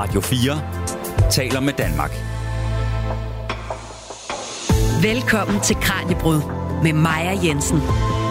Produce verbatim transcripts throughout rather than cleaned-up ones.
Radio fire taler med Danmark. Velkommen til Kraniebrud med Maja Jensen.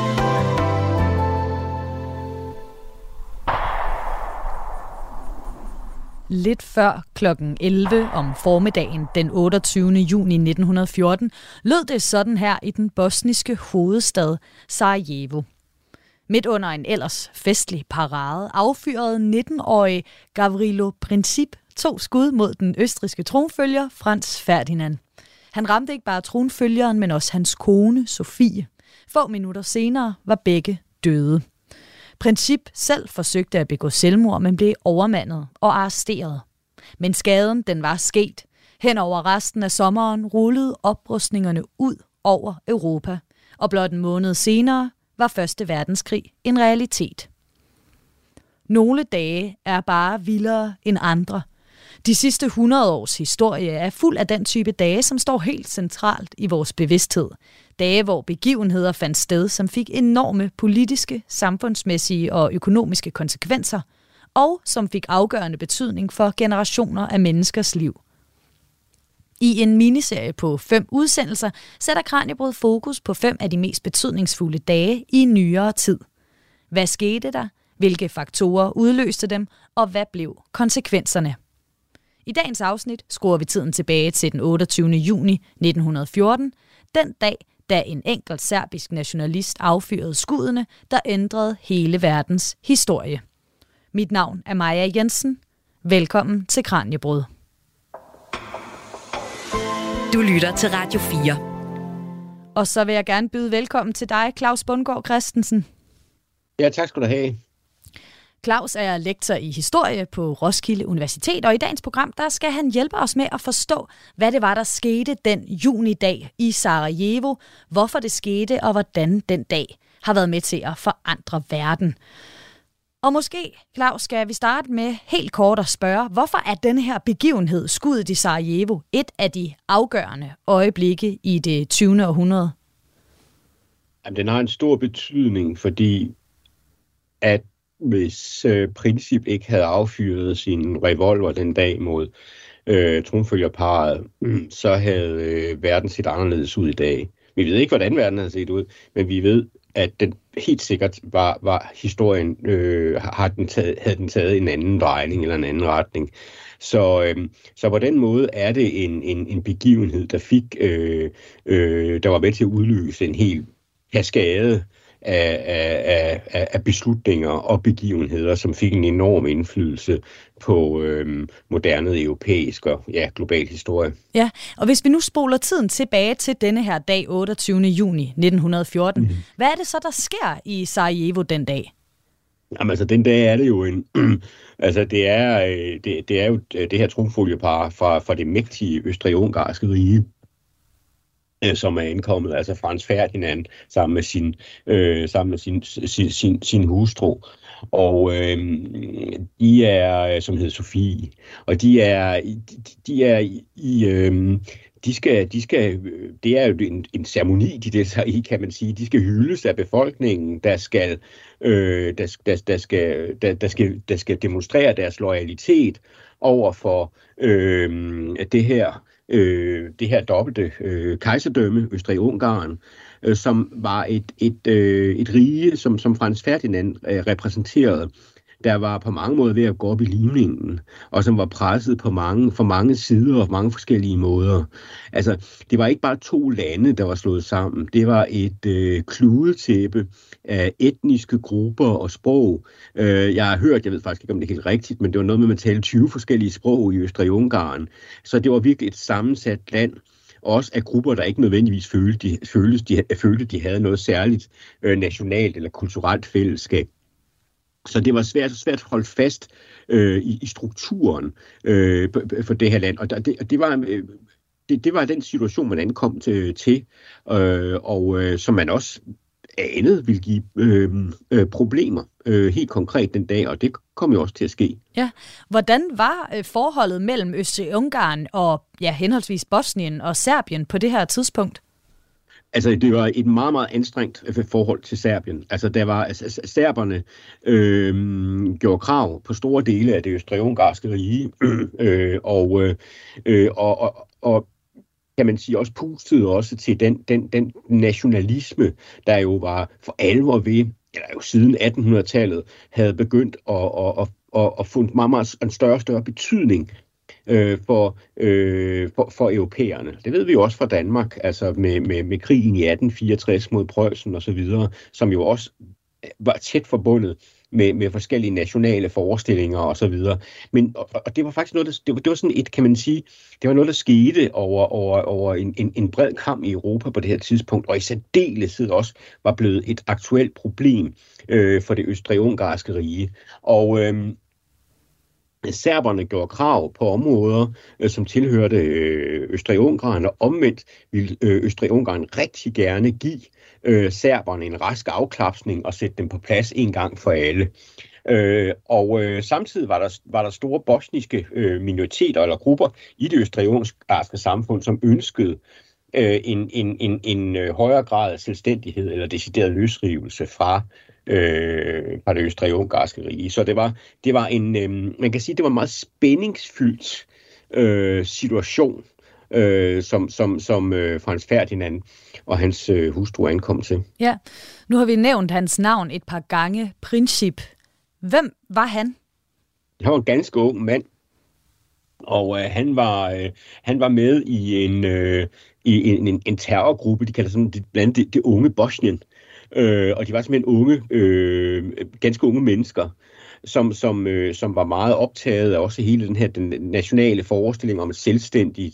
Lidt før klokken elleve om formiddagen den otteogtyvende juni nitten fjorten lød det sådan her i den bosniske hovedstad Sarajevo. Midt under en ellers festlig parade affyrede nitten-årige Gavrilo Princip to skud mod den østrigske tronfølger Franz Ferdinand. Han ramte ikke bare tronfølgeren, men også hans kone Sofie. Få minutter senere var begge døde. Princip selv forsøgte at begå selvmord, men blev overmandet og arresteret. Men skaden, den var sket. Hen over resten af sommeren rullede oprustningerne ud over Europa. Og blot en måned senere var Første Verdenskrig en realitet. Nogle dage er bare vildere end andre. De sidste hundrede års historie er fuld af den type dage, som står helt centralt i vores bevidsthed. Dage, hvor begivenheder fandt sted, som fik enorme politiske, samfundsmæssige og økonomiske konsekvenser, og som fik afgørende betydning for generationer af menneskers liv. I en miniserie på fem udsendelser sætter Kraniebrud fokus på fem af de mest betydningsfulde dage i nyere tid. Hvad skete der? Hvilke faktorer udløste dem? Og hvad blev konsekvenserne? I dagens afsnit skruer vi tiden tilbage til den otteogtyvende juni nitten fjorten, den dag, da en enkelt serbisk nationalist affyrede skuddene, der ændrede hele verdens historie. Mit navn er Maja Jensen. Velkommen til Kraniebrud. Du lytter til Radio fire. Og så vil jeg gerne byde velkommen til dig, Claus Bundgaard Christensen. Ja, tak skal du have. Claus er lektor i historie på Roskilde Universitet, og i dagens program der skal han hjælpe os med at forstå, hvad det var, der skete den junidag i Sarajevo, hvorfor det skete, og hvordan den dag har været med til at forandre verden. Og måske, Claus, skal vi starte med helt kort at spørge, hvorfor er denne her begivenhed, skuddet i Sarajevo, et af de afgørende øjeblikke i det tyvende århundrede? Jamen, den har en stor betydning, fordi at hvis øh, Princip ikke havde affyret sin revolver den dag mod øh, tronfølgerparret, mm, så havde øh, verden set anderledes ud i dag. Vi ved ikke, hvordan verden havde set ud, men vi ved, at den helt sikkert var, var historien, øh, har den taget, havde den taget en anden drejning eller en anden retning. Så, øh, så på den måde er det en, en, en begivenhed, der fik, øh, øh, der var med til at udløse en hel kaskade Af, af, af, af beslutninger og begivenheder, som fik en enorm indflydelse på øhm, moderne europæisk og ja, global historie. Ja, og hvis vi nu spoler tiden tilbage til denne her dag, otteogtyvende juni nitten fjorten, mm. hvad er det så, der sker i Sarajevo den dag? Jamen altså, den dag er det jo en... altså, det er, det, det er jo det her tronfølgepar fra, fra det mægtige østrig-ungarske rige, som er indkommet, altså Franz Ferdinand, sammen med sin, øh, sammen med sin, sin, sin, sin hustru. Og øh, de er, som hedder Sofie, og de er, de, de er i, øh, de skal, de skal, det er jo en, en ceremoni, de deltager i, kan man sige. De skal hyldes af befolkningen, der skal, øh, der, der, der, skal, der, der, skal, der skal demonstrere deres loyalitet over for øh, det her Øh, det her dobbelte øh, kejserdømme, Østrig-Ungarn, øh, som var et, et, øh, et rige, som, som Franz Ferdinand øh, repræsenterede, der var på mange måder ved at gå op i limningen, og som var presset på mange, for mange sider og mange forskellige måder. Altså, det var ikke bare to lande, der var slået sammen. Det var et øh, kludetæppe af etniske grupper og sprog. Øh, jeg har hørt, jeg ved faktisk ikke, om det er helt rigtigt, men det var noget med, at man talte tyve forskellige sprog i Østrig-Ungarn. Så det var virkelig et sammensat land, også af grupper, der ikke nødvendigvis følte, de, følte, de, følte, de havde noget særligt øh, nationalt eller kulturelt fællesskab. Så det var svært, svært at holde fast øh, i, i strukturen øh, for det her land. Og det, og det, var, øh, det, det var den situation, man ankom til, til øh, og øh, som man også anede ville give øh, øh, problemer øh, helt konkret den dag, og det kom jo også til at ske. Ja, hvordan var øh, forholdet mellem Østrig-Ungarn og ja, henholdsvis Bosnien og Serbien på det her tidspunkt? Altså, det var et meget, meget anstrengt forhold til Serbien. Altså, der var, altså, serberne øh, gjorde krav på store dele af det østrig-ungarske rige, øh, og, øh, og, og, og kan man sige, også pustede også til den, den, den nationalisme, der jo var for alvor ved, eller jo siden attenhundredetallet, havde begyndt at, at, at, at, at få en meget, meget en større og større betydning øh, for, øh, for, for europæerne. Det ved vi jo også fra Danmark, altså med, med, med krigen i atten fireogtres mod Preussen og så videre, som jo også var tæt forbundet med, med forskellige nationale forestillinger og så videre. Men, og, og det var faktisk noget, der, det var, det var sådan et, kan man sige, det var noget, der skete over, over, over en, en, en bred kam i Europa på det her tidspunkt, og i særdeleshed også var blevet et aktuelt problem øh, for det østrig-ungarske rige. Og øh, serberne gjorde krav på områder, øh, som tilhørte øh, Østrig-Ungarn, og omvendt ville øh, Østrig-Ungarn rigtig gerne give øh, serberne en rask afklapsning og sætte dem på plads en gang for alle. Øh, og øh, samtidig var der, var der store bosniske øh, minoriteter eller grupper i det østrig-ungarske samfund, som ønskede øh, en, en, en, en øh, højere grad af selvstændighed eller decideret løsrivelse fra Øh, fra det østrig-ungarske rige. Så det var, det var en, øh, man kan sige, det var en meget spændingsfyldt øh, situation, øh, som, som, som øh, Franz Ferdinand og hans øh, hustru ankom til. Ja, nu har vi nævnt hans navn et par gange, Princip. Hvem var han? Han var en ganske ung mand, og øh, han, var, øh, han var med i en, øh, i en, en, en terrorgruppe, de kalder sådan, blandt det, det unge Bosnien. Øh, og de var simpelthen unge, øh, ganske unge mennesker, som, som, øh, som var meget optaget af også hele den her den nationale forestilling om et selvstændigt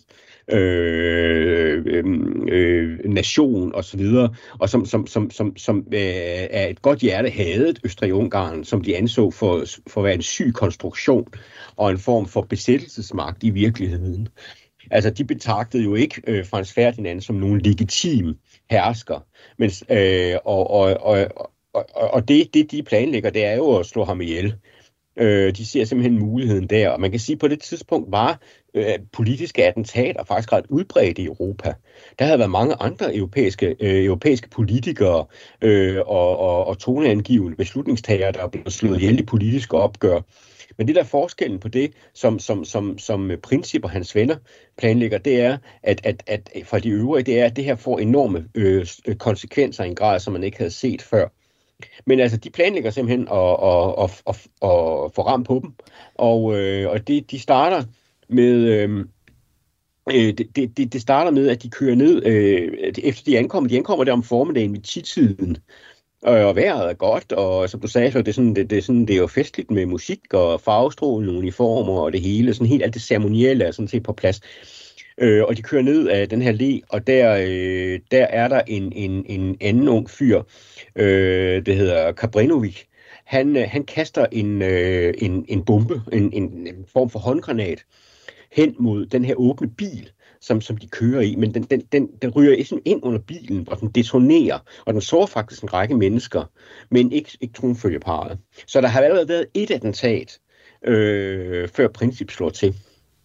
øh, øh, øh, nation og så videre, og som, som, som, som, som øh, er et godt hjerte hadet Østrig-Ungarn, som de anså for, for at være en syg konstruktion og en form for besættelsesmagt i virkeligheden. Altså, de betragtede jo ikke øh, Franz Ferdinand som nogen legitim hersker, men, øh, og, og, og, og, og det, det, de planlægger, det er jo at slå ham ihjel. Øh, de ser simpelthen muligheden der, og man kan sige, at på det tidspunkt var øh, politiske attentater faktisk ret udbredt i Europa. Der havde været mange andre europæiske, øh, europæiske politikere øh, og, og, og toneangivende beslutningstagere, der er blevet slået ihjel i politiske opgør. Men det der forskellen på det, som, som, som, som Princip og hans venner planlægger, det er, at, at, at fra de øvrige, det er, at det her får enorme øh, konsekvenser i en grad, som man ikke havde set før. Men altså, de planlægger simpelthen at, at, at, at, at få ram på dem, og, øh, og det, de starter med... Øh, Det, det, det starter med, at de kører ned, øh, efter de ankommer. De ankommer der om formiddagen ved ti-tiden, og vejret er godt, og som du sagde, så det er, sådan, det, det, er sådan, det er jo festligt med musik og farvestrålende uniformer og det hele. Sådan helt alt det ceremonielle er sådan set på plads. Øh, og de kører ned af den her le, og der, øh, der er der en, en, en anden ung fyr, øh, det hedder Kabrinovic. Han, øh, han kaster en, øh, en, en bombe, en, en, en form for håndgranat, hen mod den her åbne bil, som, som de kører i, men den, den, den, den ryger ind under bilen, og den detonerer, og den sår faktisk en række mennesker, men ikke, ikke tronfølgeparret. Så der har allerede været et attentat, øh, før Princip slår til.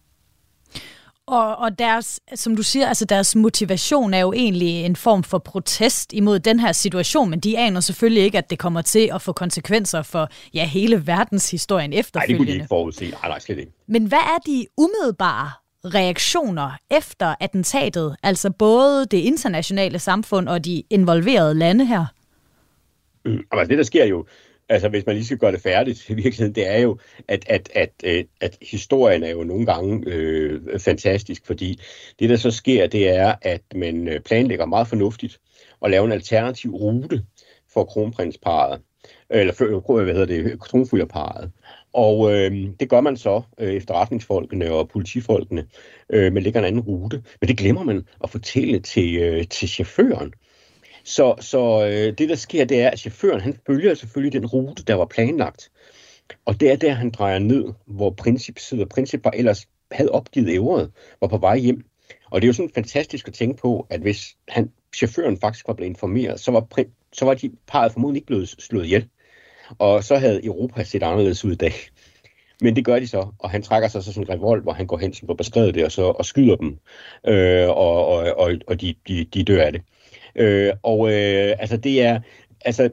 Og, og deres, som du siger, altså deres motivation er jo egentlig en form for protest imod den her situation, men de aner selvfølgelig ikke, at det kommer til at få konsekvenser for ja, hele verdenshistorien efterfølgende. Nej, det kunne de ikke forudse. Nej, nej, slet ikke. Men hvad er de umiddelbare reaktioner efter attentatet, altså både det internationale samfund og de involverede lande her? Mm, altså det, der sker jo, altså hvis man lige skal gøre det færdigt i virkeligheden, det er jo, at, at, at, at, at historien er jo nogle gange øh, fantastisk, fordi det, der så sker, det er, at man planlægger meget fornuftigt at lave en alternativ rute for kronprinsparret, eller for, hvad hedder det, tronfølgerparret. Og øh, det gør man så, øh, efterretningsfolkene og politifolkene, øh, man lægger en anden rute. Men det glemmer man at fortælle til, øh, til chaufføren. Så, så øh, det, der sker, det er, at chaufføren, han følger selvfølgelig den rute, der var planlagt. Og det er der, han drejer ned, hvor Princip sidder. Princip var ellers havde opgivet ævret, var på vej hjem. Og det er jo sådan fantastisk at tænke på, at hvis han, chaufføren faktisk var blevet informeret, så var, så var de parret formodentlig ikke blevet slået ihjel. Og så havde Europa set anderledes ud i dag. Men det gør de så, og han trækker sig så sådan en revolver, hvor han går hen, som var beskrevet det, og, så, og skyder dem, øh, og, og, og, og de, de, de dør af det. Øh, og øh, altså det er, altså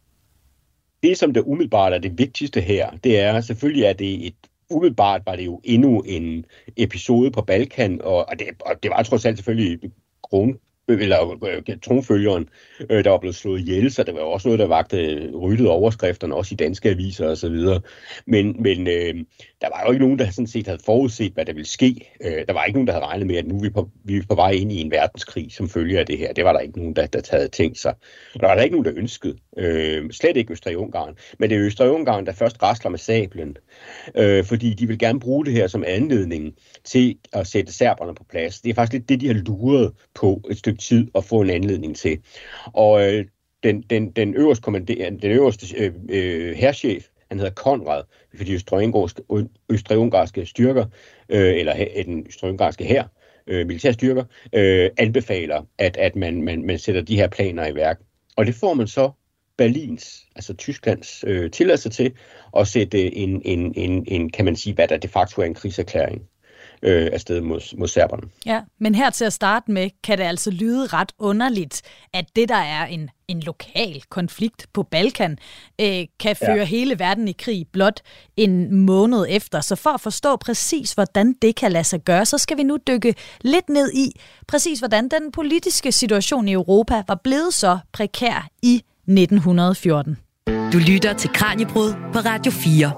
det som der umiddelbart er det vigtigste her, det er selvfølgelig, at det et umiddelbart var det jo endnu en episode på Balkan, og, og, det, og det var trods alt selvfølgelig grund eller øh, tronfølgeren, øh, der var blevet slået ihjel, så det var også noget, der vagte ryttede overskrifterne, også i danske aviser og så videre. Men, men øh, der var jo ikke nogen, der sådan set havde forudset, hvad der ville ske. Øh, der var ikke nogen, der havde regnet med, at nu er vi på, vi er på vej ind i en verdenskrig, som følge af det her. Det var der ikke nogen, der, der havde tænkt sig. Og der var der ikke nogen, der ønskede. Øh, slet ikke Østrig-Ungarn. Men det er Østrig-Ungarn, der først rasler med sablen, øh, fordi de vil gerne bruge det her som anledning til at sætte serberne på plads. Det er faktisk lidt det, de har luret på et stykke tid at få en anledning til. Og øh, den, den, den øverste kommanderende, den øverste øh, øh, hærchef, han hedder Konrad, for de østrig-ungarske styrker, øh, eller den østrig-ungarske hær, øh, militærstyrker, øh, anbefaler, at, at man, man, man sætter de her planer i værk. Og det får man så Berlins, altså Tysklands, øh, tilladelse til at sætte en, en, en, en, kan man sige, hvad der de facto er en krigserklæring øh, afsted mod, mod serberne. Ja, men her til at starte med, kan det altså lyde ret underligt, at det, der er en, en lokal konflikt på Balkan, øh, kan føre ja. hele verden i krig blot en måned efter. Så for at forstå præcis, hvordan det kan lade sig gøre, så skal vi nu dykke lidt ned i præcis, hvordan den politiske situation i Europa var blevet så prekær i nitten fjorten. Du lytter til Kraniebrud på Radio fire.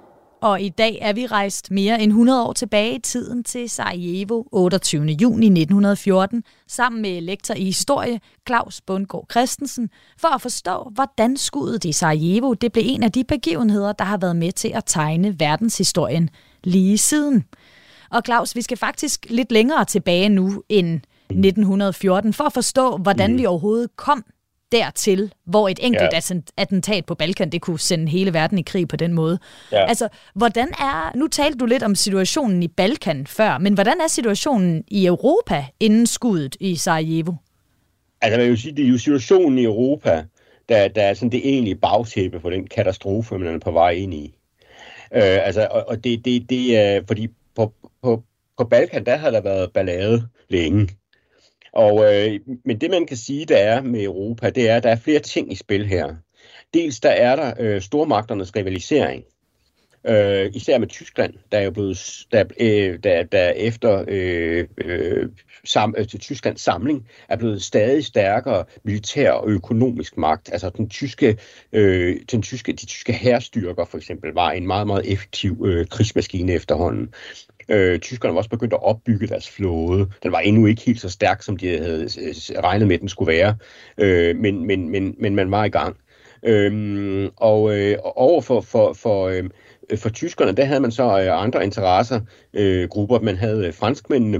Og i dag er vi rejst mere end hundrede år tilbage i tiden til Sarajevo, otteogtyvende juni nitten fjorten, sammen med lektor i historie Claus Bundgaard Christensen, for at forstå, hvordan skuddet i Sarajevo det blev en af de begivenheder, der har været med til at tegne verdenshistorien lige siden. Og Claus, vi skal faktisk lidt længere tilbage nu end nitten fjorten, for at forstå, hvordan mm. vi overhovedet kom dertil, hvor et enkelt ja. attentat på Balkan, det kunne sende hele verden i krig på den måde. Ja. Altså, hvordan er, nu talte du lidt om situationen i Balkan før, men hvordan er situationen i Europa inden skuddet i Sarajevo? Altså, jeg vil sige, det er jo situationen i Europa, der, der er sådan det egentlige bagtæppe for den katastrofe, man er på vej ind i. Øh, altså, og, og det, det, det er, fordi på, på, på Balkan, der har der været ballade længe. Og, øh, men det, man kan sige, der er med Europa, det er, at der er flere ting i spil her. Dels der er der øh, stormagternes rivalisering. Øh, især med Tyskland, der er jo blevet, der, øh, der, der efter øh, øh, sam, øh, Tysklands samling er blevet stadig stærkere militær og økonomisk magt. Altså den tyske, øh, den tyske, de tyske hærstyrker for eksempel var en meget, meget effektiv øh, krigsmaskine efterhånden. Øh, tyskerne var også begyndt at opbygge deres flåde. Den var endnu ikke helt så stærk, som de havde regnet med, at den skulle være. Øh, men, men, men, men man var i gang. Øh, og øh, over for, for, for, øh, for tyskerne, der havde man så øh, andre interesser, øh, grupper. Man havde øh, franskmændene,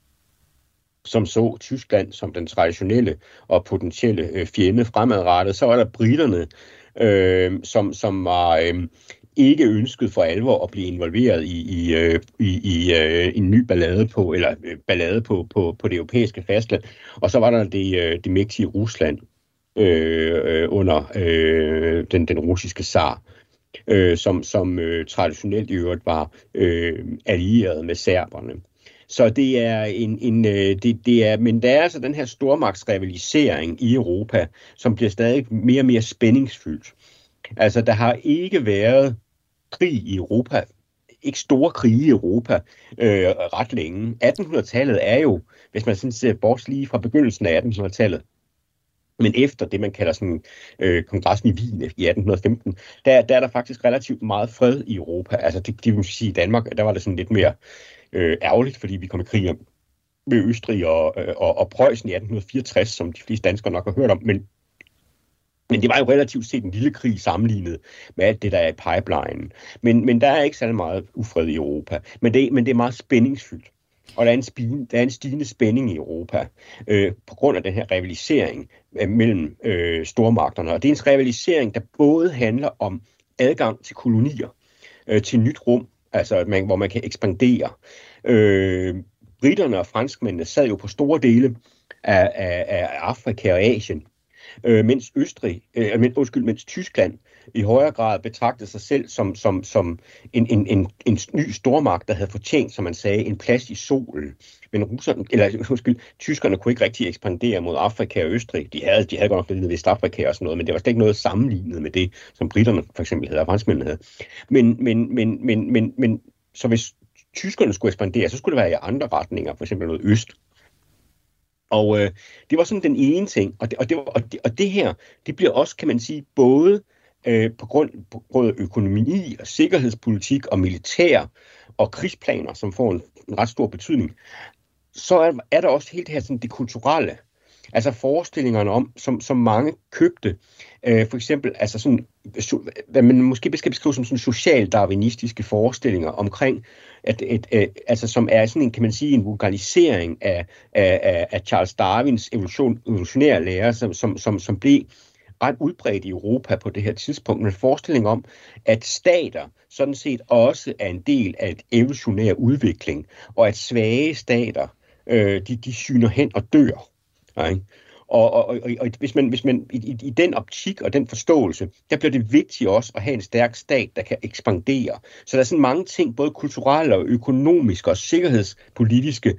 som så Tyskland som den traditionelle og potentielle øh, fjende fremadrettet. Så var der briterne, øh, som, som var... Øh, ikke ønsket for alvor at blive involveret i, i, i, i øh, en ny ballade på eller øh, ballade på, på, på det europæiske fastland. Og så var der det, øh, det mægtige Rusland øh, under øh, den, den russiske zar, øh, som, som øh, traditionelt i øvrigt var øh, allieret med serberne. Så det er en, en det, det er, men der er altså den her stormagtsrivalisering i Europa, som bliver stadig mere og mere spændingsfyldt. Altså, der har ikke været krig i Europa, ikke store krige i Europa, øh, ret længe. attenhundredetallet er jo, hvis man sådan ser bort lige fra begyndelsen af attenhundredetallet, men efter det, man kalder sådan øh, kongressen i Wien i atten femten, der, der er der faktisk relativt meget fred i Europa. Altså, det, det vil sige, i Danmark, der var det sådan lidt mere øh, ærgerligt, fordi vi kom i krig med Østrig og, og, og Preussen i atten fireogtres, som de fleste danskere nok har hørt om, men Men det var jo relativt set en lille krig sammenlignet med alt det, der er i pipelinen. Men, men der er ikke særlig meget ufred i Europa. Men det, men det er meget spændingsfyldt. Og der er en, spine, der er en stigende spænding i Europa øh, på grund af den her rivalisering øh, mellem øh, stormagterne. Og det er en rivalisering, der både handler om adgang til kolonier, øh, til nyt rum, altså man, hvor man kan ekspandere. Øh, Briterne og franskmændene sad jo på store dele af, af, af Afrika og Asien. Øh, mens Østrig, øh, men, undskyld, mens Tyskland i højere grad betragtede sig selv som, som, som en, en, en, en ny stormagt, der havde fortjent, som man sagde, en plads i solen. Men russerne, eller undskyld, tyskerne kunne ikke rigtig ekspandere mod Afrika og Østrig. De havde, de havde godt nok lidt Vestafrika og sådan noget, men det var slet ikke noget sammenlignet med det, som britterne for eksempel havde, og franskmændene havde. Men, men, men, men, men, men så hvis tyskerne skulle ekspandere, så skulle det være i andre retninger, for eksempel noget øst. Og øh, det var sådan den ene ting, og det, og, det var, og, det, og det her, det bliver også, kan man sige, både øh, på grund på grund af økonomi og sikkerhedspolitik og militær og krigsplaner, som får en, en ret stor betydning, så er, er der også helt det her sådan det kulturelle, altså forestillingerne om, som, som mange købte, øh, for eksempel, altså sådan, so, hvad man måske skal beskrive som sådan social-darwinistiske forestillinger omkring, at et, øh, altså som er sådan en, kan man sige, en vulgarisering af, af, af Charles Darwins evolution, evolutionære lære, som, som, som, som blev ret udbredt i Europa på det her tidspunkt, med forestilling om, at stater sådan set også er en del af et evolutionær udvikling, og at svage stater, øh, de, de syner hen og dør. Okay? Og, og, og, og hvis man, hvis man i, i, i den optik og den forståelse, der bliver det vigtigt også at have en stærk stat, der kan ekspandere. Så der er sådan mange ting, både kulturelle og økonomiske og sikkerhedspolitiske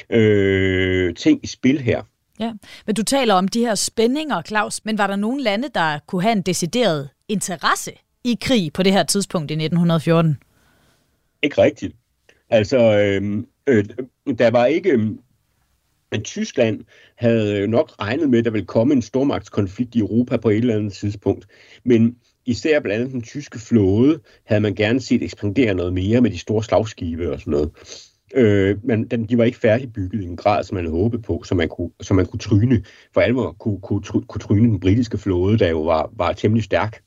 øh, ting i spil her. Ja, men du taler om de her spændinger, Claus, men var der nogle lande, der kunne have en decideret interesse i krig på det her tidspunkt i nitten fjorten? Ikke rigtigt. Altså, øh, øh, der var ikke... Øh, men Tyskland havde nok regnet med, at der ville komme en stormagtskonflikt i Europa på et eller andet tidspunkt. Men især blandt andet den tyske flåde havde man gerne set ekspandere noget mere med de store slagskibe og sådan noget. Øh, men de var ikke færdigbygget i en grad, som man havde håbet på, så man kunne, så man kunne tryne, for alvor kunne, kunne, kunne tryne den britiske flåde, der jo var, var temmelig stærk.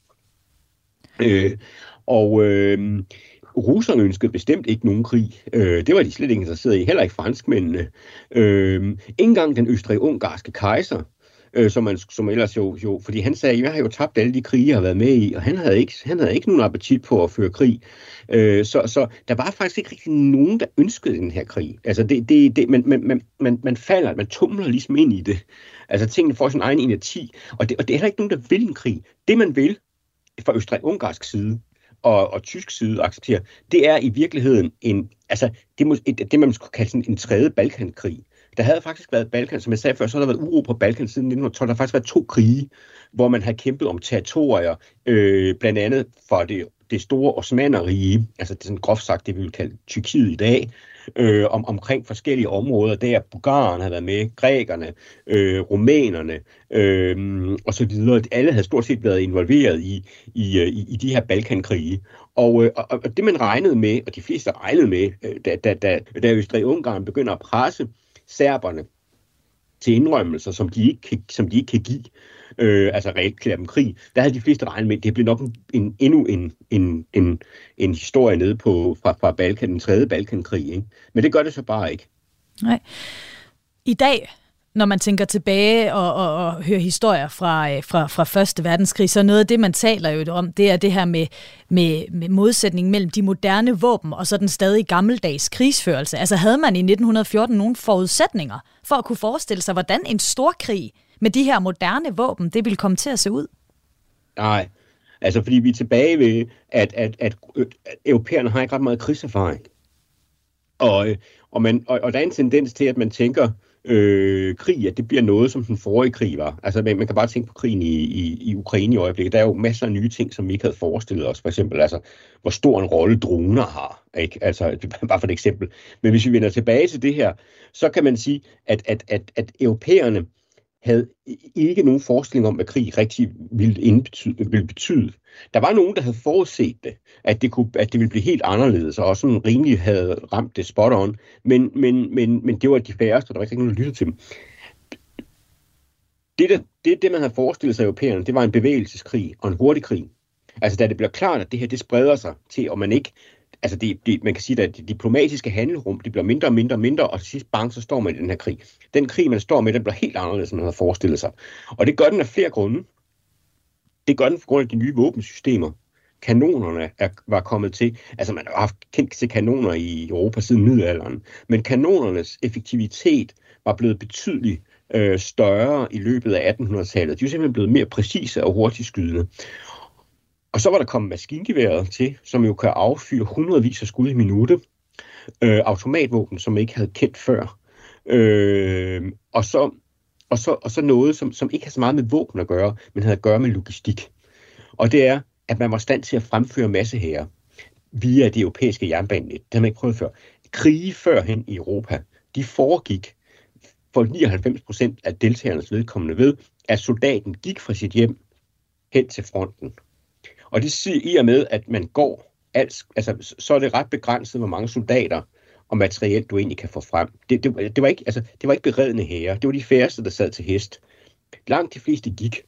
Øh, og... Øh, Russerne ønskede bestemt ikke nogen krig. Øh, det var de slet ikke interesseret i, heller ikke franskmændene. Øh, ikke engang den østrig-ungarske kejser, øh, som, man, som ellers jo, jo, fordi han sagde, jeg har jo tabt alle de krige, jeg har været med i, og han havde ikke, han havde ikke nogen appetit på at føre krig. Øh, så, så der var faktisk ikke rigtig nogen, der ønskede den her krig. Altså det, det, det, man, man, man, man falder, man tumler ligesom ind i det. Altså tingene får sin egen inerti, og det, og det er heller ikke nogen, der vil en krig. Det man vil fra østrig-ungarsk side, Og, og tysk side accepterer, det er i virkeligheden en, altså det, må, et, det man skulle kalde sådan en tredje Balkankrig. Der havde faktisk været Balkan, som jeg sagde før, så har der været uro på Balkan siden nitten tolv. Der har faktisk været to krige, hvor man har kæmpet om territorier, øh, blandt andet for det, det store Osmannerrige, altså det er sådan groft sagt, det vi vil kalde Tyrkiet i dag, øh, om, omkring forskellige områder. Der bulgarerne har været med, grækerne, øh, rumænerne øh, og så videre. Alle havde stort set været involveret i, i, i, i de her Balkankrige. Og, øh, og, og det man regnede med, og de fleste regnede med, da, da, da, da Østrig-Ungarn begynder at presse serberne til indrømmelser, som de ikke kan, som de ikke kan give, øh, altså reelt klæde dem krig, der havde de fleste regnet med, at det blev nok en, en, endnu en, en, en, en historie nede på, fra, fra Balkan, den tredje Balkankrig. Ikke? Men det gør det så bare ikke. Nej. I dag, når man tænker tilbage og, og, og hører historier fra, fra, fra Første Verdenskrig, så noget af det, man taler jo om, det er det her med, med, med modsætning mellem de moderne våben og så den stadig gammeldags krigsførelse. Altså havde man i nitten fjorten nogle forudsætninger for at kunne forestille sig, hvordan en storkrig med de her moderne våben, det ville komme til at se ud? Nej, altså fordi vi er tilbage ved, at, at, at, at europæerne har ikke ret meget krigserfaring. Og, og, man, og, og der er en tendens til, at man tænker, Øh, krig, at det bliver noget, som den forrige krig var. Altså, man, man kan bare tænke på krigen i, i, i Ukraine i øjeblikket. Der er jo masser af nye ting, som vi ikke havde forestillet os. For eksempel, altså, hvor stor en rolle droner har. Ikke? Altså, bare for et eksempel. Men hvis vi vender tilbage til det her, så kan man sige, at, at, at, at europæerne havde ikke nogen forestilling om, hvad krig rigtig ville, indbetyde, ville betyde. Der var nogen, der havde forudset det, at det, kunne, at det ville blive helt anderledes, og også sådan rimelig havde ramt det spot on, men, men, men, men det var de færreste, og der var ikke nogen, der lyttede til dem. Det, der, det, det man havde forestillet sig europæerne, det var en bevægelseskrig og en hurtig krig. Altså, da det bliver klart, at det her, det spreder sig til, og man ikke, altså, det, det, man kan sige, at det diplomatiske handlerum, det bliver mindre og mindre og mindre, og til sidst bang, så står man i den her krig. Den krig, man står med, den bliver helt anderledes, end man havde forestillet sig. Og det gør den af flere grunde. Det gør den på grund af de nye våbensystemer. Kanonerne er, var kommet til, altså man har haft kendt til kanoner i Europa siden middelalderen, men kanonernes effektivitet var blevet betydeligt øh, større i løbet af attenhundredetallet. De er simpelthen blevet mere præcise og hurtigt skydende. Og så var der kommet maskingeværet til, som jo kan affyre hundredvis af skud i minuttet. Øh, automatvåben, som man ikke havde kendt før. Øh, og, så, og, så, og så noget, som, som ikke har så meget med våben at gøre, men havde at gøre med logistik. Og det er, at man var i stand til at fremføre massehære via det europæiske jernbanenet. Det har man ikke prøvet før. Krige førhen i Europa, de foregik for nioghalvfems procent af deltagernes vedkommende ved, at soldaten gik fra sit hjem hen til fronten. Og det siger i og med, at man går, altså, så er det ret begrænset, hvor mange soldater og materiel, du egentlig kan få frem. Det, det, det, var, ikke, altså, det var ikke beredne hære. Det var de færreste, der sad til hest. Langt de fleste gik.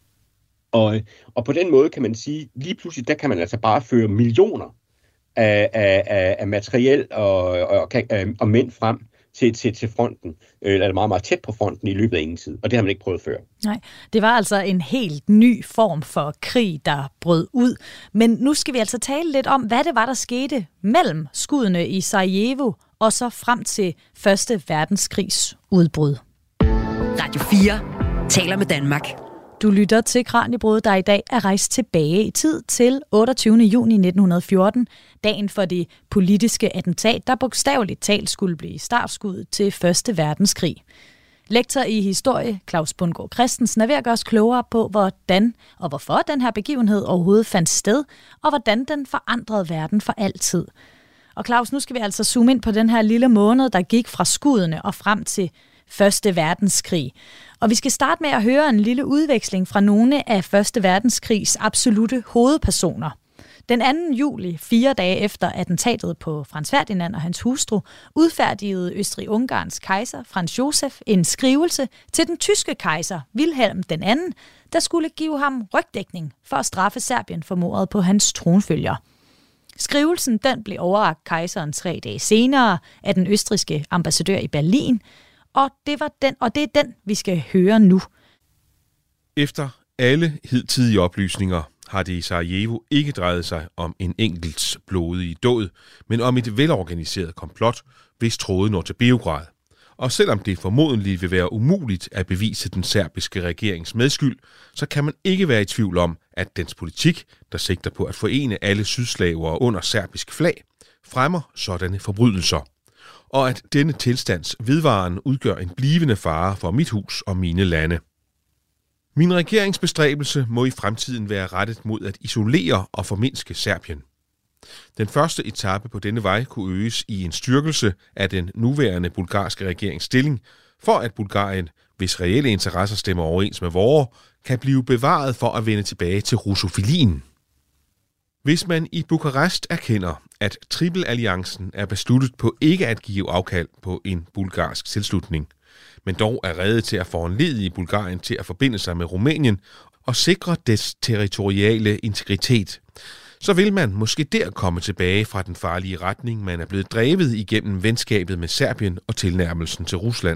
Og, og på den måde kan man sige, lige pludselig, der kan man altså bare føre millioner af, af, af materiel og, og, og, og mænd frem til, til, til fronten, eller meget, meget tæt på fronten i løbet af ingen tid. Og det har man ikke prøvet før. Nej, det var altså en helt ny form for krig, der brød ud. Men nu skal vi altså tale lidt om, hvad det var, der skete mellem skuddene i Sarajevo og så frem til Første Verdenskrigs udbrud. Radio fire taler med Danmark. Du lytter til Kraniebrud, der i dag er rejst tilbage i tid til otteogtyvende juni nitten fjorten, dagen for det politiske attentat, der bogstaveligt talt skulle blive startskud til Første Verdenskrig. Lektor i historie, Claus Bundgaard Christensen, er ved at gøre os klogere på, hvordan og hvorfor den her begivenhed overhovedet fandt sted, og hvordan den forandrede verden for altid. Og Claus, nu skal vi altså zoome ind på den her lille måned, der gik fra skuddene og frem til Første Verdenskrig. Og vi skal starte med at høre en lille udveksling fra nogle af Første Verdenskrigs absolute hovedpersoner. Den anden juli, fire dage efter attentatet på Frans Ferdinand og hans hustru, udfærdigede Østrig-Ungarns kejser Franz Josef en skrivelse til den tyske kejser Wilhelm den anden, der skulle give ham rygdækning for at straffe Serbien for mordet på hans tronfølger. Skrivelsen den blev overrakt kejseren tre dage senere af den østrigske ambassadør i Berlin, og det var den, og det er den, vi skal høre nu. Efter alle hidtidige oplysninger har det i Sarajevo ikke drejet sig om en enkelt blodig dåd, men om et velorganiseret komplot, hvis tråde når til Beograd. Og selvom det formodentlig vil være umuligt at bevise den serbiske regerings medskyld, så kan man ikke være i tvivl om, at dens politik, der sigter på at forene alle sydslavere under serbisk flag, fremmer sådanne forbrydelser. Og at denne tilstands vedvaren udgør en blivende fare for mit hus og mine lande. Min regeringsbestræbelse må i fremtiden være rettet mod at isolere og formindske Serbien. Den første etape på denne vej kunne øges i en styrkelse af den nuværende bulgarske regerings stilling, for at Bulgarien, hvis reelle interesser stemmer overens med vore, kan blive bevaret for at vende tilbage til russofilien. Hvis man i Bukarest erkender, at Tripelalliancen er besluttet på ikke at give afkald på en bulgarsk tilslutning, men dog er rede til at foranledige Bulgarien til at forbinde sig med Rumænien og sikre dets territoriale integritet, så vil man måske der komme tilbage fra den farlige retning, man er blevet drevet igennem venskabet med Serbien og tilnærmelsen til Rusland.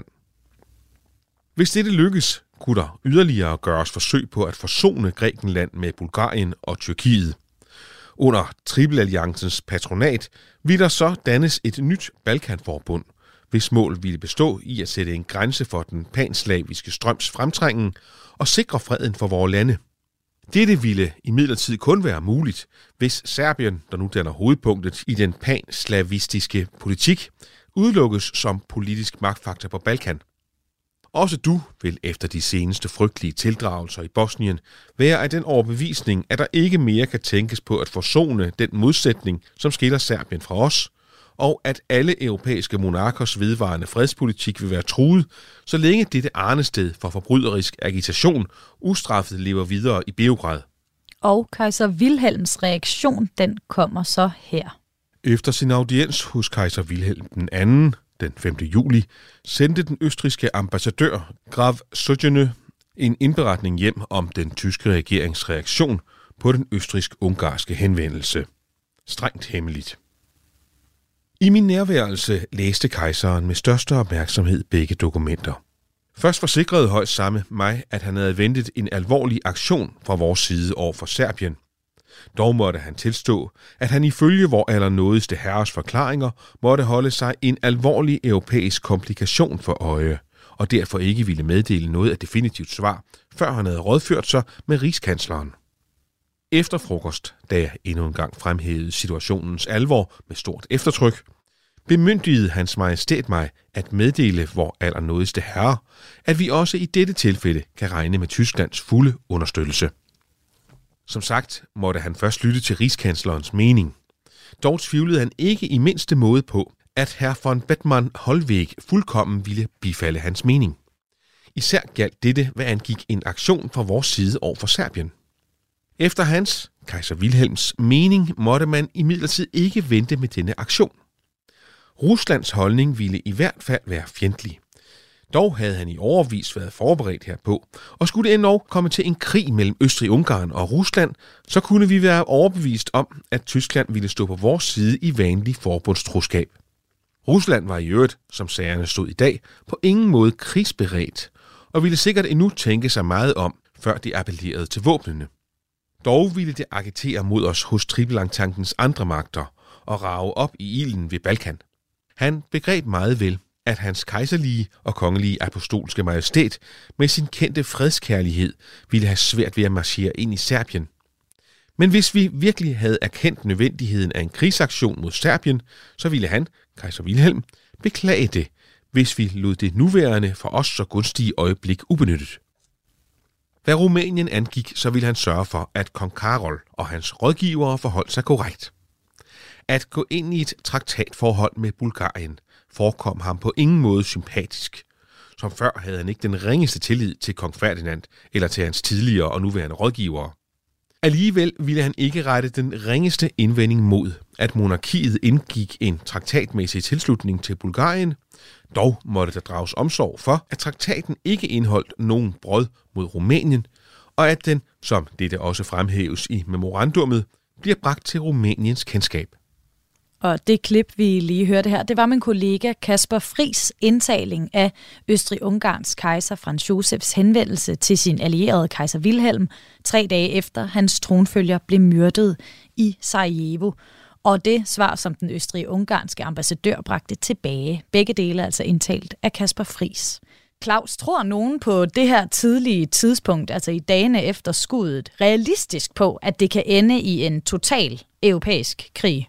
Hvis dette lykkes, kunne der yderligere gøres forsøg på at forsone Grækenland med Bulgarien og Tyrkiet. Under Tripelalliancens patronat vil der så dannes et nyt Balkanforbund, hvis mål ville bestå i at sætte en grænse for den panslaviske strøms fremtrængen og sikre freden for vores lande. Dette ville imidlertid kun være muligt, hvis Serbien, der nu danner hovedpunktet i den panslavistiske politik, udelukkes som politisk magtfaktor på Balkan. Også du vil efter de seneste frygtelige tildragelser i Bosnien være af den overbevisning, at der ikke mere kan tænkes på at forsone den modsætning, som skiller Serbien fra os, og at alle europæiske monarkers vedvarende fredspolitik vil være truet, så længe dette arnested for forbryderisk agitation ustraffet lever videre i Beograd. Og kejser Wilhelms reaktion, den kommer så her. Efter sin audiens hos kejser Wilhelm den anden, den femte juli, sendte den østrigske ambassadør Graf Söjene en indberetning hjem om den tyske regerings reaktion på den østrigsk-ungarske henvendelse. Strengt hemmeligt. I min nærværelse læste kejseren med største opmærksomhed begge dokumenter. Først forsikrede højst samme mig, at han havde ventet en alvorlig aktion fra vores side over for Serbien. Dog måtte han tilstå, at han ifølge vor allernådigste herres forklaringer måtte holde sig en alvorlig europæisk komplikation for øje, og derfor ikke ville meddele noget af definitivt svar, før han havde rådført sig med rigskansleren. Efter frokost, da jeg endnu en gang fremhævede situationens alvor med stort eftertryk, bemyndigede hans majestæt mig at meddele vor allernådigste herre, at vi også i dette tilfælde kan regne med Tysklands fulde understøttelse. Som sagt måtte han først lytte til rigskanslerens mening. Dog tvivlede han ikke i mindste måde på, at herr von Bethmann Hollweg fuldkommen ville bifalde hans mening. Især galt dette, hvad angik en aktion fra vores side over for Serbien. Efter hans, kejser Wilhelms, mening måtte man imidlertid ikke vente med denne aktion. Ruslands holdning ville i hvert fald være fjendtlig. Dog havde han i årevis været forberedt herpå, og skulle det endnu komme til en krig mellem Østrig-Ungarn og Rusland, så kunne vi være overbevist om, at Tyskland ville stå på vores side i vanlig forbundstroskab. Rusland var i øvrigt, som sagerne stod i dag, på ingen måde krigsberedt, og ville sikkert endnu tænke sig meget om, før de appellerede til våbnene. Dog ville det agitere mod os hos Triple-Ententens andre magter og rage op i ilden ved Balkan. Han begreb meget vel, at hans kejserlige og kongelige apostolske majestæt med sin kendte fredskærlighed ville have svært ved at marchere ind i Serbien. Men hvis vi virkelig havde erkendt nødvendigheden af en krigsaktion mod Serbien, så ville han, kejser Wilhelm, beklage det, hvis vi lod det nuværende for os så gunstige øjeblik ubenyttet. Hvad Rumænien angik, så ville han sørge for, at kong Karol og hans rådgivere forholdt sig korrekt. At gå ind i et traktatforhold med Bulgarien forekom ham på ingen måde sympatisk. Som før havde han ikke den ringeste tillid til kong Ferdinand eller til hans tidligere og nuværende rådgivere. Alligevel ville han ikke rette den ringeste indvending mod, at monarkiet indgik en traktatmæssig tilslutning til Bulgarien. Dog måtte der drages omsorg for, at traktaten ikke indeholdt nogen brud mod Rumænien, og at den, som dette også fremhæves i memorandummet, bliver bragt til Rumæniens kendskab. Og det klip, vi lige hørte her, det var min kollega Kasper Friis indtaling af Østrig-Ungarns kejser Franz Josefs henvendelse til sin allierede kejser Wilhelm, tre dage efter hans tronfølger blev myrdet i Sarajevo. Og det svar, som den østrig-ungarske ambassadør bragte tilbage. Begge dele altså indtalt af Kasper Friis. Claus, tror nogen på det her tidlige tidspunkt, altså i dagene efter skuddet, realistisk på, at det kan ende i en total europæisk krig?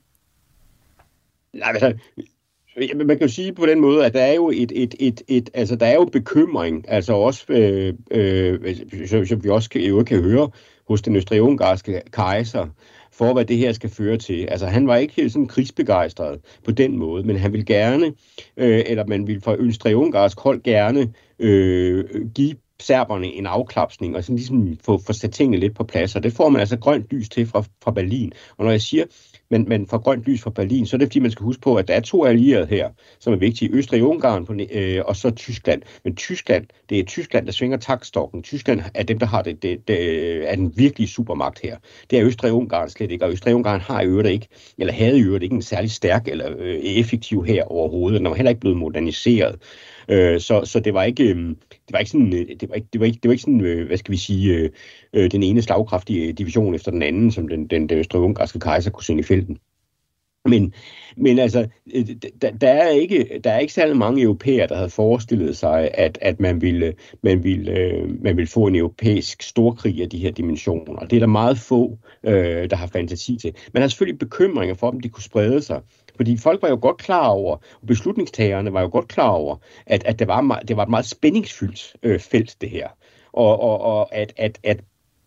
Nej, altså, man kan jo sige på den måde, at der er jo et, et, et, et altså der er jo bekymring, altså også, øh, øh, som vi også kan, jo kan høre hos den østrig-ungarske kejser, for hvad det her skal føre til. Altså han var ikke helt sådan krigsbegejstret på den måde, men han ville gerne, øh, eller man ville fra østrig-ungarsk hold gerne øh, give serberne en afklapsning, og sådan ligesom få, få sat tingene lidt på plads, og det får man altså grønt lys til fra, fra Berlin. Og når jeg siger, men, men får grønt lys fra Berlin, så er det fordi, man skal huske på, at der er to allierede her, som er vigtige. Østrig-Ungarn på, øh, og så Tyskland. Men Tyskland, det er Tyskland, der svinger taktstokken. Tyskland er dem, der har det, det, det er den virkelige supermagt her. Det er Østrig-Ungarn slet ikke, og Østrig-Ungarn har i øvrigt ikke, eller havde i øvrigt ikke en særlig stærk eller øh, effektiv her overhovedet. Den var heller ikke blevet moderniseret. Øh, så, så det var ikke, øh, det var ikke sådan, det var ikke, det var ikke, det var ikke sådan, øh, hvad skal vi sige, øh, øh, den ene slagkraftige division efter den anden, som den, den, den østrig-ungarske kejser kunne sende i felten. Men, men altså, der, der, er ikke, der er ikke særlig mange europæere, der havde forestillet sig, at, at man, ville, man, ville, øh, man ville få en europæisk storkrig af de her dimensioner. Det er der meget få, øh, der har fantasi til. Man har selvfølgelig bekymringer for, om de kunne sprede sig. Fordi folk var jo godt klar over, og beslutningstagerne var jo godt klar over, at, at det, var, det var et meget spændingsfyldt øh, felt, det her. Og, og, og at, at, at,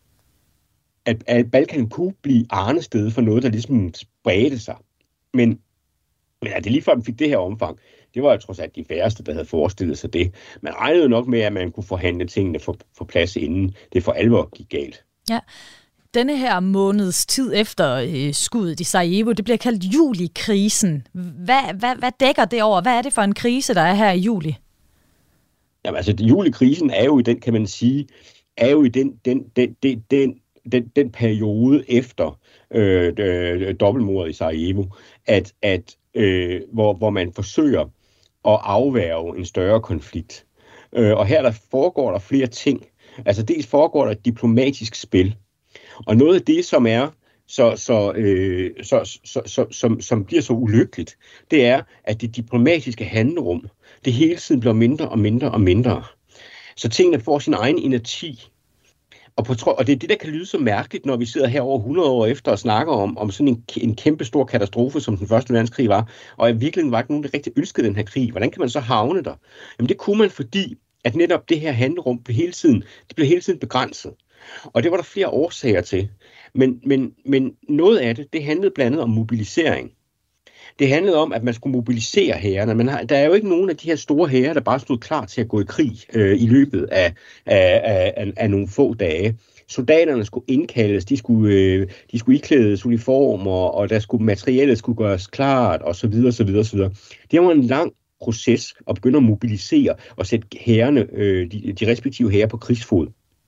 at, at Balkan kunne blive arnested for noget, der ligesom spredte sig. Men, men at det lige før man fik det her omfang, det var jo trods alt de færreste, der havde forestillet sig det. Man regnede nok med, at man kunne forhandle tingene for, for plads, inden det for alvor gik galt. Ja. Denne her måneds tid efter øh, skuddet i Sarajevo, det bliver kaldt julikrisen. Hvad, hvad, hvad dækker det over? Hvad er det for en krise, der er her i juli? Jamen altså, julikrisen er jo i den, kan man sige, er jo i den, den, den, den, den, den, den periode efter øh, øh, dobbeltmordet i Sarajevo, at, at, øh, hvor, hvor man forsøger at afværge en større konflikt. Øh, og her der foregår der flere ting. Altså dels foregår der et diplomatisk spil. Og noget af det, som er så, så, øh, så, så, så, som, som bliver så ulykkeligt, det er, at det diplomatiske handlerum, det hele tiden bliver mindre og mindre og mindre. Så tingene får sin egen inerti. og, på, og det er det, der kan lyde så mærkeligt, når vi sidder her over hundrede år efter og snakker om, om sådan en, en kæmpe stor katastrofe, som den første verdenskrig var, og i virkeligheden var ikke nogen, der rigtig ønskede den her krig. Hvordan kan man så havne der? Jamen det kunne man, fordi at netop det her handlerum blev hele tiden, det blev hele tiden begrænset. Og det var der flere årsager til. Men, men, men noget af det, det handlede blandt andet om mobilisering. Det handlede om, at man skulle mobilisere hærene. Men der er jo ikke nogen af de her store hære, der bare stod klar til at gå i krig øh, i løbet af, af, af, af nogle få dage. Soldaterne skulle indkaldes, de skulle, øh, de skulle iklædes uniformer, og der skulle materiellet skulle gøres klart, og så videre, så videre, så videre. Det var en lang proces at begynde at mobilisere og sætte hærene, øh, de, de respektive hære på krigsfod.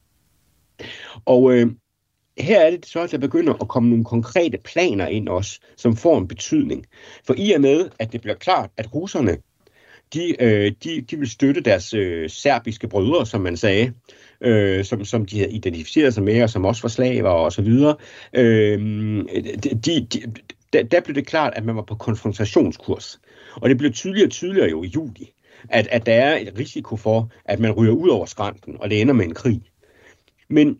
Og øh, her er det så, at der begynder at komme nogle konkrete planer ind også, som får en betydning. For i og med, at det bliver klart, at russerne, de, øh, de, de vil støtte deres øh, serbiske brødre, som man sagde, øh, som, som de havde identificeret sig med, og som også var slaver og så videre. Øh, de, de, der, der blev det klart, at man var på konfrontationskurs. Og det blev tydeligere og tydeligere jo i juli, at, at der er et risiko for, at man ryger ud over skrænten, og det ender med en krig. Men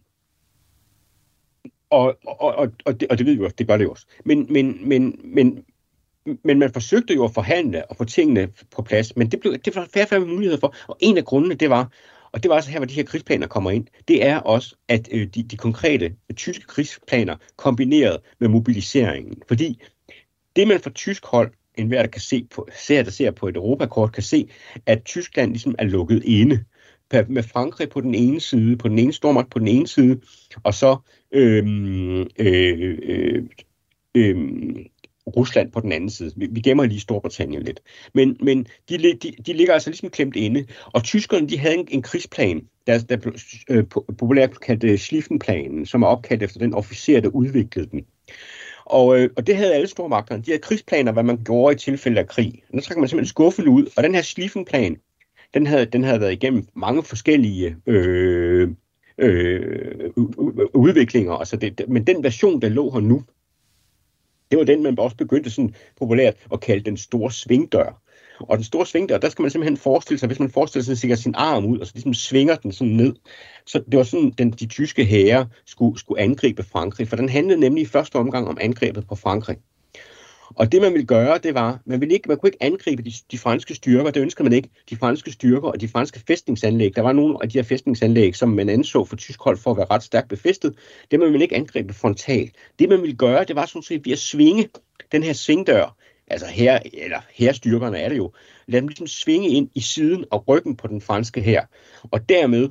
Og, og, og, og, det, og det ved vi jo, det gør det jo også. Men, men, men, men, men man forsøgte jo at forhandle og få tingene på plads, men det, blev, det var færre færre muligheder for. Og en af grundene, det var, og det var også her, hvor de her krigsplaner kommer ind, det er også, at øh, de, de konkrete tyske krigsplaner kombineret med mobiliseringen. Fordi det, man fra tysk hold, enhver der kan se på, ser, der ser på et Europakort, kan se, at Tyskland ligesom er lukket inde. Med Frankrig på den ene side, på den ene stormagt på den ene side, og så øhm, øh, øh, øh, Rusland på den anden side. Vi, vi gemmer lige Storbritannien lidt. Men, men de, de, de ligger altså ligesom klemt inde, og tyskerne de havde en, en krigsplan, der, der blev øh, populært kaldt Schlieffen-planen, som er opkaldt efter den officer, der udviklede den. Og, øh, og det havde alle stormagterne. De havde krigsplaner, hvad man gjorde i tilfælde af krig. Og der trækker man simpelthen skuffen ud, og den her Schlieffen-plan, Den havde, den havde været igennem mange forskellige øh, øh, udviklinger. Altså det, men den version, der lå her nu, det var den, man også begyndte sådan populært at kalde den store svingdør. Og den store svingdør, der skal man simpelthen forestille sig, hvis man forestiller sig, at stikker sin arm ud, og så ligesom svinger den sådan ned. Så det var sådan, den, de tyske hære skulle, skulle angribe Frankrig, for den handlede nemlig i første omgang om angrebet på Frankrig. Og det, man ville gøre, det var, man ville ikke, man kunne ikke angribe de, de franske styrker, det ønskede man ikke, de franske styrker og de franske fæstningsanlæg. Der var nogle af de her fæstningsanlæg, som man anså for tysk hold for at være ret stærkt befæstet. Det, man ville ikke angribe frontalt. Det, man ville gøre, det var sådan set ved at svinge den her svingdør, altså her, eller herstyrkerne er det jo, lad dem ligesom svinge ind i siden og ryggen på den franske hær, og dermed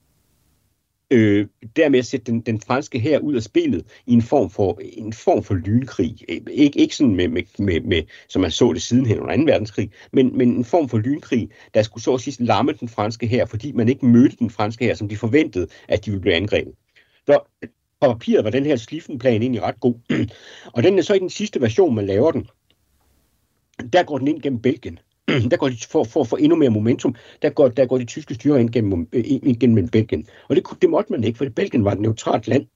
Øh, dermed sætte den, den franske hær ud af spillet i en form for en form for lynkrig. Ikke, ikke sådan med, med, med, med, som man så det sidenhen under anden verdenskrig, men, men en form for lynkrig, der skulle så at sige lamme den franske hær, fordi man ikke mødte den franske hær, som de forventede, at de ville blive angrebet. Så på papiret var den her Schlieffen-plan egentlig ret god. Og den er så i den sidste version, man laver den. Der går den ind gennem Belgien. Der går de for, for at få endnu mere momentum, der går, der går de tyske styrker ind gennem, ind gennem Belgien. Og det, det måtte man ikke, for Belgien var et neutralt land,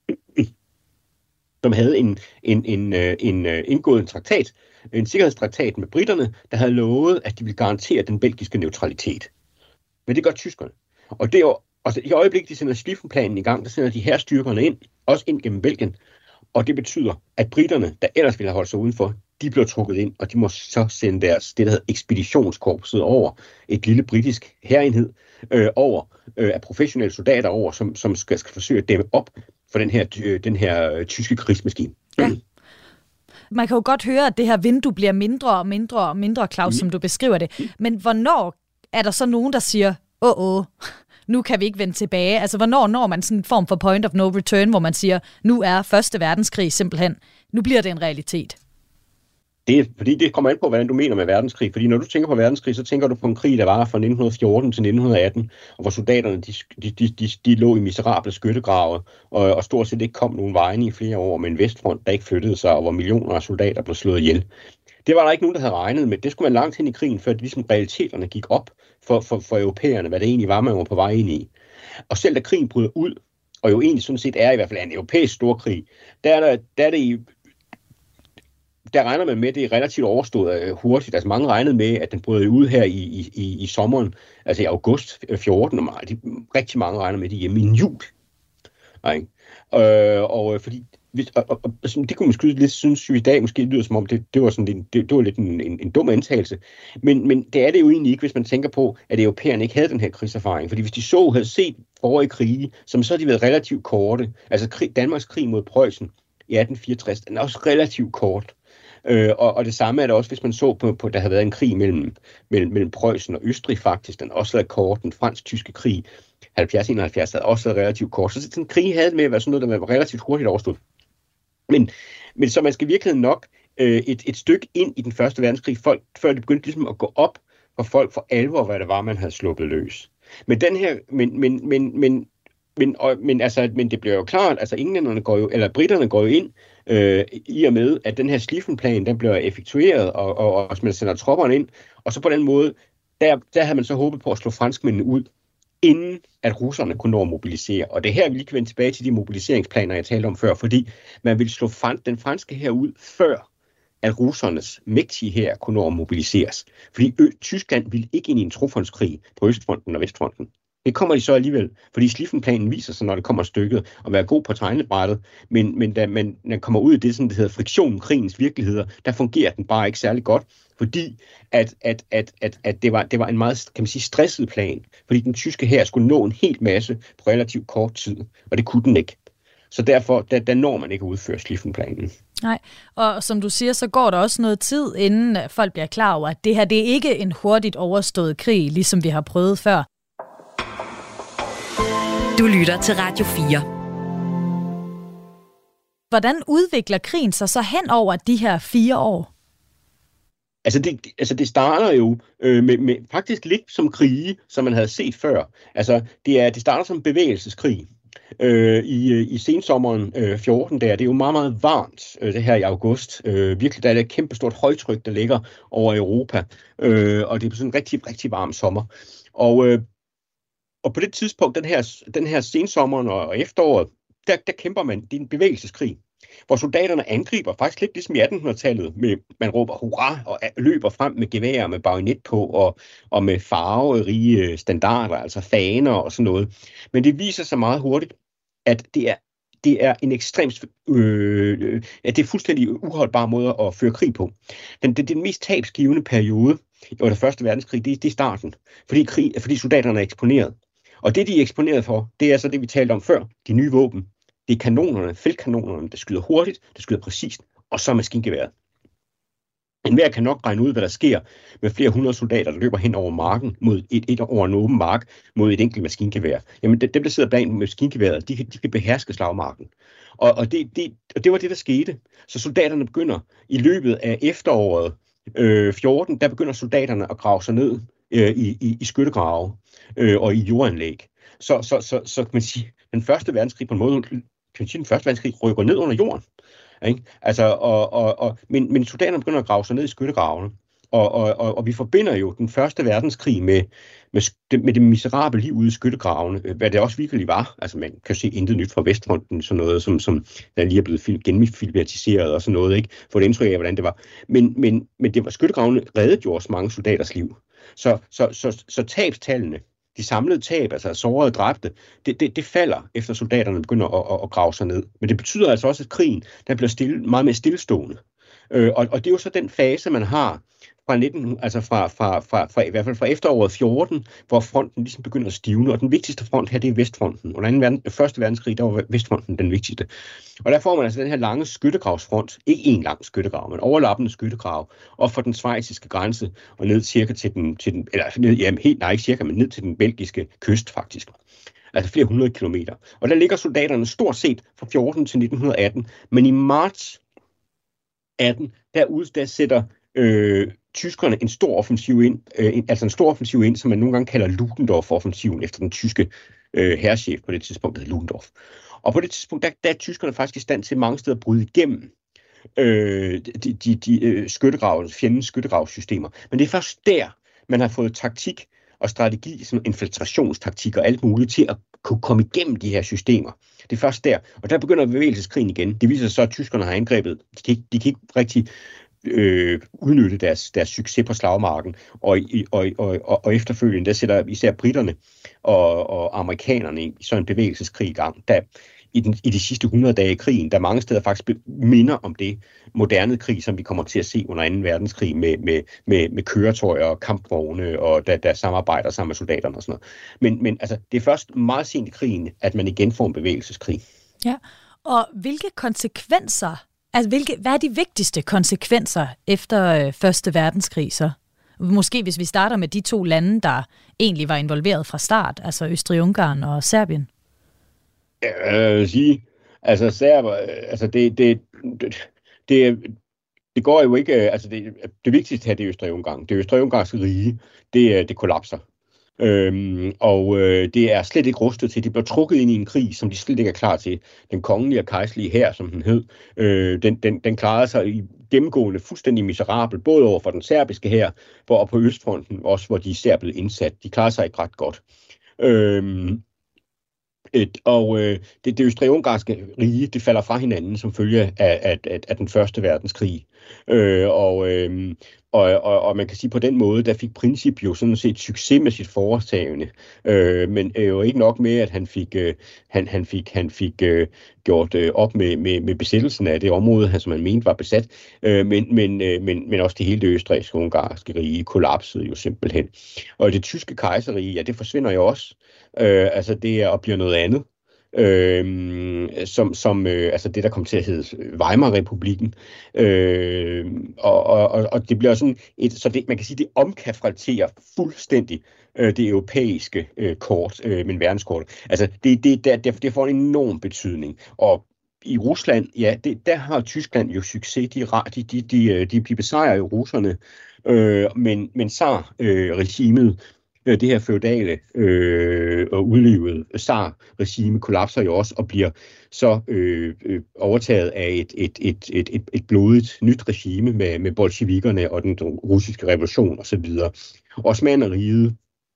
som havde en, en, en, en, en indgået en traktat, en sikkerhedstraktat med britterne, der havde lovet, at de ville garantere den belgiske neutralitet. Men det gør tyskerne. Og det er jo, altså, i øjeblikket, de sender Schlieffen-planen i gang, der sender de her styrkerne ind, også ind gennem Belgien. Og det betyder, at britterne, der ellers ville have holdt sig udenfor, de bliver trukket ind, og de må så sende deres, det der hedder ekspeditionskorpset over, et lille britisk hærenhed, øh, over øh, af professionelle soldater over, som, som skal, skal forsøge at dæmme op for den her, øh, den her øh, tyske krigsmaskine. Ja. Man kan jo godt høre, at det her vindue bliver mindre og mindre og mindre, Claus, mm. som du beskriver det. Men hvornår er der så nogen, der siger, åh, åh, nu kan vi ikke vende tilbage? Altså, hvornår når man sådan en form for point of no return, hvor man siger, nu er første verdenskrig simpelthen, nu bliver det en realitet? Det er, fordi det kommer an på, hvordan du mener med verdenskrig. Fordi når du tænker på verdenskrig, så tænker du på en krig, der var fra nitten fjorten til nitten atten, og hvor soldaterne de, de, de, de, de lå i miserable skyttegrave, og, og stort set ikke kom nogen vegne i flere år, med en vestfront, der ikke flyttede sig, og hvor millioner af soldater blev slået ihjel. Det var der ikke nogen, der havde regnet med. Det skulle man langt hen i krigen, før det ligesom realiteterne gik op for, for, for europæerne, hvad det egentlig var, man var på vej ind i. Og selv da krigen bryder ud, og jo egentlig sådan set er i hvert fald en europæisk storkrig, der er, der, der er det i Der regner man med, at det er relativt overstået hurtigt. Altså mange regnede med, at den brød ud her i, i, i sommeren, altså i august fjorten, og de, rigtig mange regner med det hjemme i en jul. Ikke? Øh, og fordi og, og, og, det kunne man skyde lidt, synes vi i dag måske lyder som om, det, det var sådan en, det, det var lidt en, en, en dum antagelse. Men, men det er det jo egentlig ikke, hvis man tænker på, at europæerne ikke havde den her krigserfaring. Fordi hvis de så havde set forrige krige, som så har de været relativt korte. Altså krig, Danmarks krig mod Preussen i atten fireogtres, den er også relativt kort. Øh, og, og det samme er det også, hvis man så på, på der havde været en krig mellem, mellem, mellem Preussen og Østrig faktisk, den også været kort, den fransk-tyske krig, halvfjerds enoghalvfjerds, havde også været relativt kort. Så den krig havde med at være sådan noget, der var relativt hurtigt overstået. Men, men så man skal virkelig nok øh, et, et stykke ind i den første verdenskrig, folk, før det begyndte ligesom at gå op for folk for alvor, hvad det var, man havde sluppet løs. Men den her, men, men, men, men, men, og, men, altså, men det bliver jo klart, altså englænderne går jo, eller britterne går jo ind, øh, i og med, at den her Schlieffen-plan, den bliver effektueret, og, og, og man sender tropperne ind, og så på den måde, der, der havde man så håbet på at slå franskmændene ud, inden at russerne kunne nå at mobilisere. Og det er her, vi lige kan vende tilbage til de mobiliseringsplaner, jeg talte om før, fordi man ville slå den franske hær ud, før at russernes mægtige hær kunne nå at mobiliseres. Fordi Ø- Tyskland ville ikke ind i en trofrontskrig på Østfronten og Vestfronten. Det kommer de så alligevel, fordi Schlieffen-planen viser sig, når det kommer stykket, at være god på tegnebrættet, men, men da man, man kommer ud i det, som det hedder friktion, krigens virkeligheder, der fungerer den bare ikke særlig godt, fordi at, at, at, at, at det, var, det var en meget, kan man sige, stresset plan, fordi den tyske hær skulle nå en hel masse på relativt kort tid, og det kunne den ikke. Så derfor, der, der når man ikke at udføre Schlieffen-planen. Nej, og som du siger, så går der også noget tid, inden folk bliver klar over, at det her det er ikke en hurtigt overstået krig, ligesom vi har prøvet før. Du lytter til Radio fire. Hvordan udvikler krigen sig så hen over de her fire år? Altså det, altså det starter jo øh, med, med faktisk lidt som krige, som man havde set før. Altså det, er, det starter som bevægelseskrig. Øh, i, i sensommeren øh, fjorten der, det er jo meget, meget varmt øh, det her i august. Øh, virkelig, der er et kæmpestort højtryk, der ligger over Europa. Øh, og det er sådan en rigtig, rigtig varm sommer. Og øh, Og på det tidspunkt, den her, den her sensommeren og efteråret, der, der kæmper man, det er en bevægelseskrig, hvor soldaterne angriber, faktisk lidt ligesom i attenhundredetallet, med, man råber hurra og løber frem med geværer med bajonet på og, og med farverige standarder, altså faner og sådan noget. Men det viser sig meget hurtigt, at det er, det er en ekstremt, øh, at det er fuldstændig uholdbar måde at føre krig på. Den, det er den mest tabsgivende periode under første verdenskrig, det, det er starten, fordi, krig, fordi soldaterne er eksponeret. Og det, de er eksponeret for, det er så det, vi talte om før. De nye våben. Det er kanonerne, feltkanonerne, der skyder hurtigt, der skyder præcist, og så maskingeværet. Enhver kan nok regne ud, hvad der sker med flere hundrede soldater, der løber hen over marken, mod et, et over en åben mark, mod et enkelt maskingevær. Jamen, dem, der sidder bag maskingeværet, de, de kan beherske slagmarken. Og, og, det, det, og det var det, der skete. Så soldaterne begynder i løbet af efteråret øh, fjorten, der begynder soldaterne at grave sig ned øh, i, i, i skyttegrave øh, og i jordanlæg. Så, så, så, så kan man sige, den første verdenskrig på en måde, kan man sige, den første verdenskrig rykker ned under jorden. Ikke? Altså, og, og, og, men, men soldaterne begynder at grave sig ned i skyttegravene. Og, og, og, og vi forbinder jo den første verdenskrig med, med, det, med det miserable liv ude i skyttegravene, hvad det også virkelig var. Altså man kan se intet nyt fra Vestfronten, sådan noget, som, som der lige er blevet genfilmatiseret og sådan noget, ikke? For det indtryk af, hvordan det var. Men, men, men det var skyttegravene reddede jo også mange soldaters liv. Så, så, så, så, så tabstallene, de samlede tab, altså sårede og dræbte, det, det, det falder, efter soldaterne begynder at, at, at grave sig ned. Men det betyder altså også, at krigen der bliver stille, meget mere stillestående. Øh, og, og det er jo så den fase, man har fra nitten, altså fra, fra, fra, fra, i hvert fald fra efteråret fjorten, hvor fronten ligesom begynder at stivne. Og den vigtigste front her, det er Vestfronten. Under anden verden, første verdenskrig, der var Vestfronten den vigtigste. Og der får man altså den her lange skyttegravsfront. Ikke en lang skyttegrav, men overlappende skyttegrav. Og fra den schweiziske grænse og ned cirka til den, til den eller ned, jamen helt, nej ikke cirka, men ned til den belgiske kyst faktisk. Altså flere hundrede kilometer. Og der ligger soldaterne stort set fra fjorten til nitten atten. Men i marts atten, derude, der sætter øh, tyskerne en stor offensiv ind, øh, en, altså en stor offensiv ind, som man nogle gange kalder Ludendorff-offensiven, efter den tyske øh, hærchef på det tidspunkt, der hed Ludendorff. Og på det tidspunkt, der, der er tyskerne faktisk i stand til mange steder at bryde igennem øh, de, de, de øh, skyttegrav, fjendens skyttegravssystemer. Men det er først der, man har fået taktik og strategi, som infiltrationstaktik og alt muligt, til at kunne komme igennem de her systemer. Det er først der. Og der begynder bevægelseskrigen igen. Det viser sig så, at tyskerne har angrebet. De kan ikke, de kan ikke rigtig øh, udnytte deres, deres succes på slagmarken. Og, og, og, og, og efterfølgende, der sætter især britterne og, og amerikanerne i sådan en bevægelseskrig i gang. Der, i, den, i de sidste hundrede dage i krigen, der mange steder faktisk minder om det moderne krig, som vi kommer til at se under anden verdenskrig med, med, med, med køretøjer og kampvogne, og der, der samarbejder sammen med soldaterne og sådan noget. Men, men altså, det er først meget sent i krigen, at man igen får en bevægelseskrig. Ja, og hvilke konsekvenser, altså hvilke, hvad er de vigtigste konsekvenser efter øh, Første Verdenskrig så? Måske hvis vi starter med de to lande, der egentlig var involveret fra start, altså Østrig-Ungarn og Serbien. Jeg vil sige, altså Serber, altså det, det, det, det, det går jo ikke, altså det, det vigtigste her, det er Østrig-Ungarn. Det Østrig-Ungarske rige, det, det kollapser. Øhm, og øh, det er slet ikke rustet til. Det bliver trukket ind i en krig, som de slet ikke er klar til. Den kongelige og kejserlige hær, som den hed, øh, den, den, den klarede sig i gennemgående fuldstændig miserabel, både over for den serbiske hær, og på Østfronten også, hvor de især blev indsat. De klarede sig ikke ret godt. Øhm, et, og øh, det, det østrig-ungarske rige, det falder fra hinanden som følge af, af, af, af den første verdenskrig. Øh, og, øh, og, og, og man kan sige, på den måde, der fik Princip jo sådan set succes med sit foretagende. Øh, men øh, jo ikke nok med, at han fik, øh, han, han fik, han fik øh, gjort øh, op med, med, med besættelsen af det område, han, som han mente var besat. Øh, men, men, øh, men, men også det hele det østrigsk-ungarske rige kollapsede jo simpelthen. Og det tyske kejserrige, ja, det forsvinder jo også. Øh, altså det er og bliver noget andet. Øh, som, som øh, altså det, der kom til at hedde Weimar-republikken. Øh, og, og, og det bliver sådan et, så det, man kan sige, det omkafraterer fuldstændig øh, det europæiske øh, kort, øh, men verdenskort. Altså det, det, det, det får en enorm betydning. Og i Rusland, ja, det, der har Tyskland jo succes. De, de, de, de, de, de besejrer jo russerne, øh, men, men tsar-regimet, øh, det her feudale øh, og udlevede tsar-regime kollapser jo også og bliver så øh, øh, overtaget af et, et, et, et, et, et blodigt nyt regime med, med bolsjevikkerne og den russiske revolution osv. Osmannerriget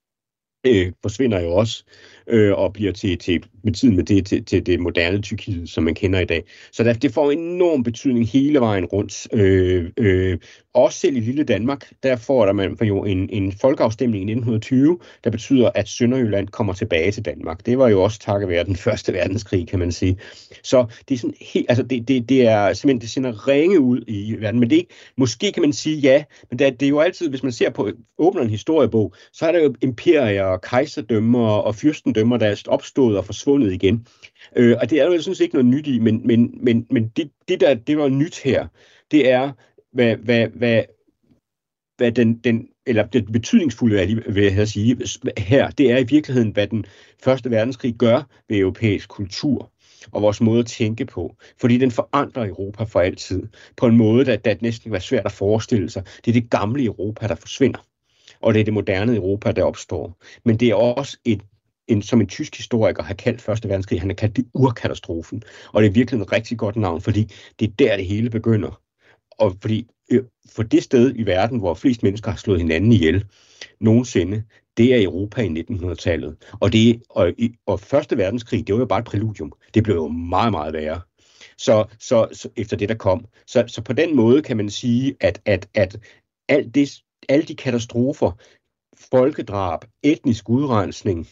øh, forsvinder jo også øh, og bliver til, til, med tiden med det til, til det moderne Tyrkiet, som man kender i dag. Så der, det får enorm betydning hele vejen rundt. Øh, øh, også selv i lille Danmark, der får der man jo en, en folkeafstemning i nitten tyve, der betyder, at Sønderjylland kommer tilbage til Danmark. Det var jo også takket være den første verdenskrig, kan man sige. Så det er sådan helt, altså det, det, det er simpelthen, det sender ringe ud i verden, men det er ikke, måske kan man sige ja, men det er, det er jo altid, hvis man ser på, åbner en historiebog, så er der jo imperier og kejserdømmer og fyrstendømmer, der er opstået og forsvundet igen. Øh, og det er jo, jeg synes ikke noget nyt i, men, men, men, men det, det, der det var nyt her, det er, hvad, hvad, hvad, hvad den, den, eller det betydningsfulde af, vil jeg sige, her, det er i virkeligheden, hvad den første verdenskrig gør ved europæisk kultur og vores måde at tænke på. Fordi den forandrer Europa for altid, på en måde, der, der næsten var svært at forestille sig. Det er det gamle Europa, der forsvinder, og det er det moderne Europa, der opstår. Men det er også et En, som en tysk historiker har kaldt første verdenskrig, han har kaldt det urkatastrofen. Og det er virkelig et rigtig godt navn, fordi det er der, det hele begynder. Og fordi øh, for det sted i verden, hvor flest mennesker har slået hinanden ihjel nogensinde, det er Europa i nittenhundredetallet. Og, det, og, og første verdenskrig, det var jo bare et præludium. Det blev jo meget, meget værre. Så, så, så efter det, der kom. Så, så på den måde kan man sige, at, at, at alt det, alle de katastrofer, folkedrab, etnisk udrensning,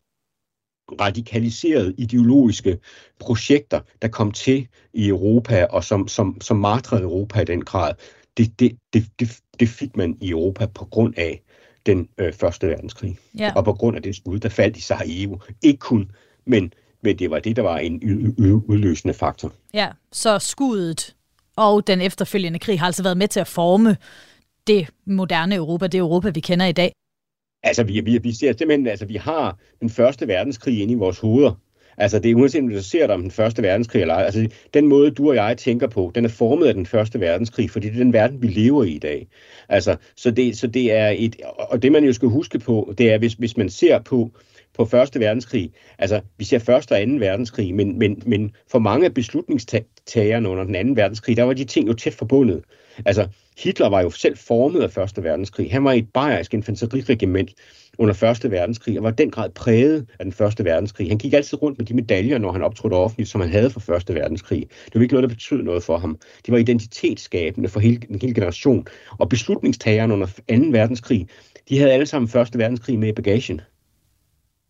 radikaliserede ideologiske projekter, der kom til i Europa, og som, som, som martrede Europa i den grad, det, det, det, det, det fik man i Europa på grund af den øh, første verdenskrig. Ja. Og på grund af det skud, der faldt i Sarajevo. Ikke kun, men, men det var det, der var en udløsende faktor. Ja, så skuddet og den efterfølgende krig har altså været med til at forme det moderne Europa, det Europa, vi kender i dag. Altså, vi, vi, vi ser simpelthen, altså, vi har den første verdenskrig inde i vores hoveder. Altså, det er uanset, om du ser dig om den første verdenskrig eller ej. Altså, den måde, du og jeg tænker på, den er formet af den første verdenskrig, fordi det er den verden, vi lever i i dag. Altså, så det, så det er et, og det man jo skal huske på, det er, hvis, hvis man ser på, på første verdenskrig, altså, vi ser første og anden verdenskrig, men, men, men for mange af beslutningstagerne under den anden verdenskrig, der var de ting jo tæt forbundet. Altså, Hitler var jo selv formet af første verdenskrig. Han var i et bayerisk infanteriregiment under første verdenskrig, og var den grad præget af den første verdenskrig. Han gik altid rundt med de medaljer, når han optrådte offentligt, som han havde fra første verdenskrig. Det var ikke noget, der betød noget for ham. De var identitetsskabende for hele, en hel generation. Og beslutningstagerne under anden verdenskrig, de havde alle sammen første verdenskrig med i bagagen.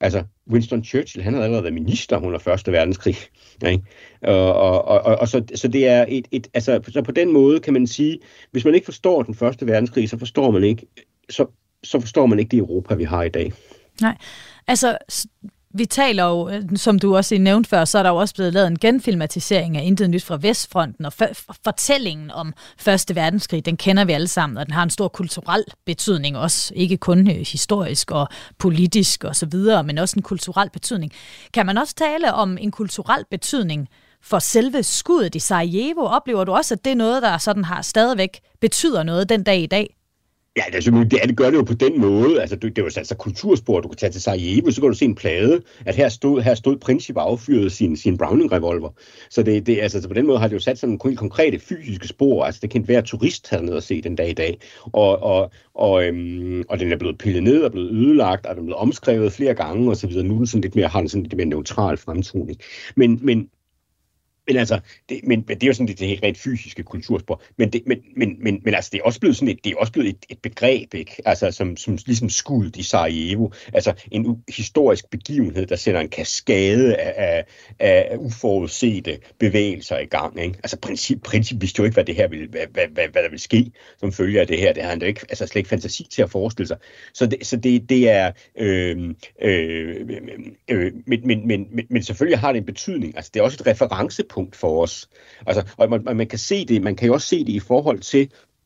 Altså, Winston Churchill, han havde allerede været minister under første verdenskrig. Ikke? Og, og, og, og så, så det er et, et, altså, så på den måde kan man sige, hvis man ikke forstår den første verdenskrig, så forstår man ikke, så, så forstår man ikke det Europa, vi har i dag. Nej, altså... Vi taler jo, som du også nævnte før, så er der jo også blevet lavet en genfilmatisering af Intet Nyt fra Vestfronten, og for- fortællingen om første verdenskrig, den kender vi alle sammen, og den har en stor kulturel betydning også, ikke kun historisk og politisk og så videre, men også en kulturel betydning. Kan man også tale om en kulturel betydning for selve skuddet i Sarajevo? Oplever du også, at det er noget, der sådan har stadigvæk betyder noget den dag i dag? Ja, det, er, det, er, det gør det jo på den måde. Altså, det, det er jo altså kulturspor. Du kan tage til Sarajevo, så kan du se en plade, at her stod, her stod Princip og affyrede sin, sin Browning-revolver. Så det, det, altså, på den måde har det jo sat sådan nogle konkrete fysiske spor. Altså, det kan være turist hernede og se den dag i dag. Og, og, og, øhm, og den er blevet pillet ned og blevet ødelagt, og den er blevet omskrevet flere gange og så videre. Nu er den sådan lidt mere, har den sådan lidt mere neutral fremtoning. Men, men Men altså, det, men, men det er jo sådan det, det helt rent fysiske kulturspor. Men, det, men, men, men, men altså, det er også blevet sådan et, det er også blevet et, et begreb, ikke? Altså, som, som ligesom skud i Sarajevo. Altså, en u- historisk begivenhed, der sender en kaskade af, af, af uforudsete bevægelser i gang, ikke? Altså, Princip, Princip vidste jo ikke, hvad det her ville, hvad, hvad, hvad, hvad der ville ske som følge af det her. Det har han da ikke, altså slet ikke fantasi til at forestille sig. Så det, så det, det er, øh, øh, øh, men, men, men, men, men selvfølgelig har det en betydning. Altså, det er også et reference punkt for os. Altså, og man, man kan se det, man kan jo også se det i forhold til,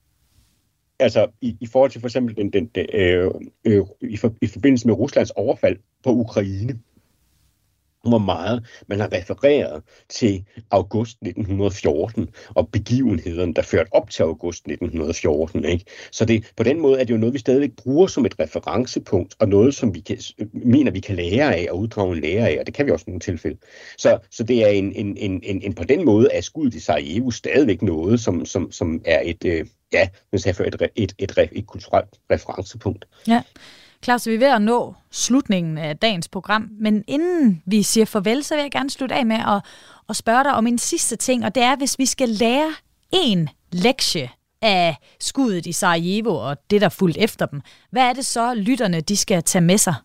altså i, i forhold til for eksempel den, den, den, øh, øh, i, for, i forbindelse med Ruslands overfald på Ukraine, hvor meget man har refereret til august nitten fjorten og begivenhederne, der førte op til august nitten fjorten. Ikke? Så det, på den måde er det jo noget, vi stadigvæk bruger som et referencepunkt, og noget, som vi kan, mener, vi kan lære af og uddrage en lære af, og det kan vi også i nogle tilfælde. Så, så det er en, en, en, en, en på den måde er skuddet i Sarajevo stadigvæk noget, som, som, som er et, øh, ja, et, et, et, et, et kulturelt referencepunkt. Ja. Claus, vi er ved at nå slutningen af dagens program, men inden vi siger farvel, så vil jeg gerne slutte af med at, at spørge dig om en sidste ting, og det er, hvis vi skal lære en lektie af skuddet i Sarajevo og det, der fulgte efter dem, hvad er det så, lytterne de skal tage med sig?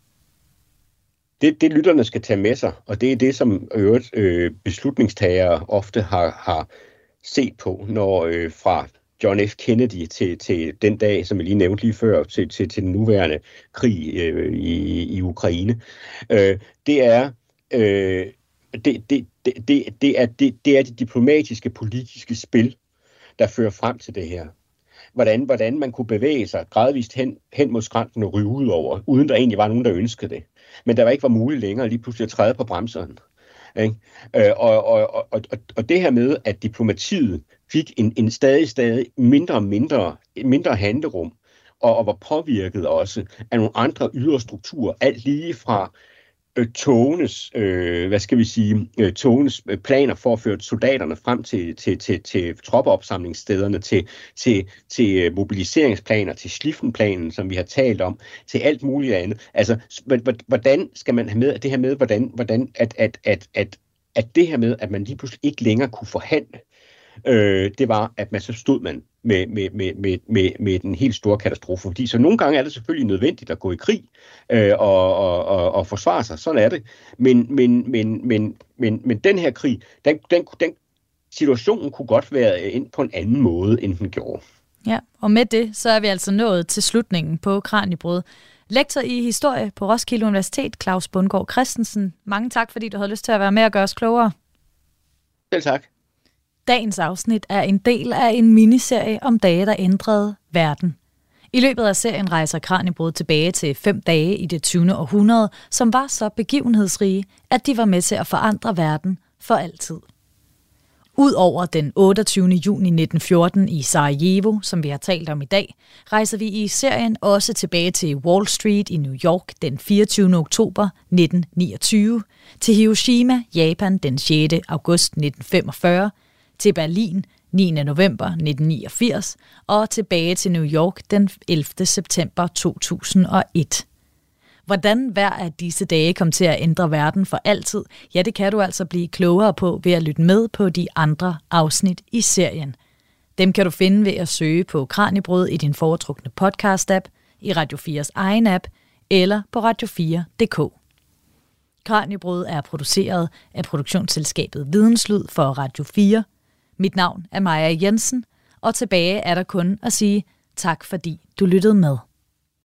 Det, det lytterne skal tage med sig, og det er det, som øvrigt øh, beslutningstagere ofte har, har set på, når øh, fra John F. Kennedy til, til den dag, som jeg lige nævnte lige før, til, til, til den nuværende krig øh, i, i Ukraine. Øh, det er øh, det, det, det, det, det er det, det er det diplomatiske, politiske spil, der fører frem til det her. Hvordan, hvordan man kunne bevæge sig gradvist hen, hen mod skrænten og ryge ud over, uden der egentlig var nogen, der ønskede det. Men der var ikke var muligt længere lige pludselig at træde på bremserne. Ikke? Øh, og, og, og, og, og det her med, at diplomatiet fik en, en stadig, stadig mindre og mindre, mindre handlerum, og, og var påvirket også af nogle andre ydre strukturer, alt lige fra øh, togenes, øh, hvad skal vi sige, øh, togenes planer for at føre soldaterne frem til, til, til, til troppeopsamlingsstederne, til, til, til mobiliseringsplaner, til Schlieffen-planen, som vi har talt om, til alt muligt andet. Altså, hvordan skal man have med det her med, hvordan, hvordan at, at, at, at, at det her med, at man lige pludselig ikke længere kunne forhandle, øh, det var, at man så stod man med, med, med, med, med, med den helt store katastrofe. Fordi så nogle gange er det selvfølgelig nødvendigt at gå i krig øh, og, og, og, og forsvare sig. Sådan er det. Men, men, men, men, men, men den her krig, den, den, den situationen kunne godt være ind på en anden måde, end den gjorde. Ja, og med det, så er vi altså nået til slutningen på Kraniebrud. Lektor i historie på Roskilde Universitet, Claus Bundgaard Christensen. Mange tak, fordi du havde lyst til at være med og gøre os klogere. Selv tak. Dagens afsnit er en del af en miniserie om dage, der ændrede verden. I løbet af serien rejser Kraniebrud tilbage til fem dage i det tyvende århundrede, som var så begivenhedsrige, at de var med til at forandre verden for altid. Udover den otteogtyvende juni nitten fjorten i Sarajevo, som vi har talt om i dag, rejser vi i serien også tilbage til Wall Street i New York den fireogtyvende oktober nitten niogtyve, til Hiroshima, Japan den sjette august nitten femogfyrre, til Berlin niende november nitten niogfirs og tilbage til New York den ellevte september to tusind og et. Hvordan hver af disse dage kom til at ændre verden for altid, ja, det kan du altså blive klogere på ved at lytte med på de andre afsnit i serien. Dem kan du finde ved at søge på Kraniebrud i din foretrukne podcast-app, i Radio fires egen app eller på radio fire punktum d k. Kraniebrud er produceret af produktionsselskabet Videnslyd for Radio fire. Mit navn er Maja Jensen, og tilbage er der kun at sige tak, fordi du lyttede med.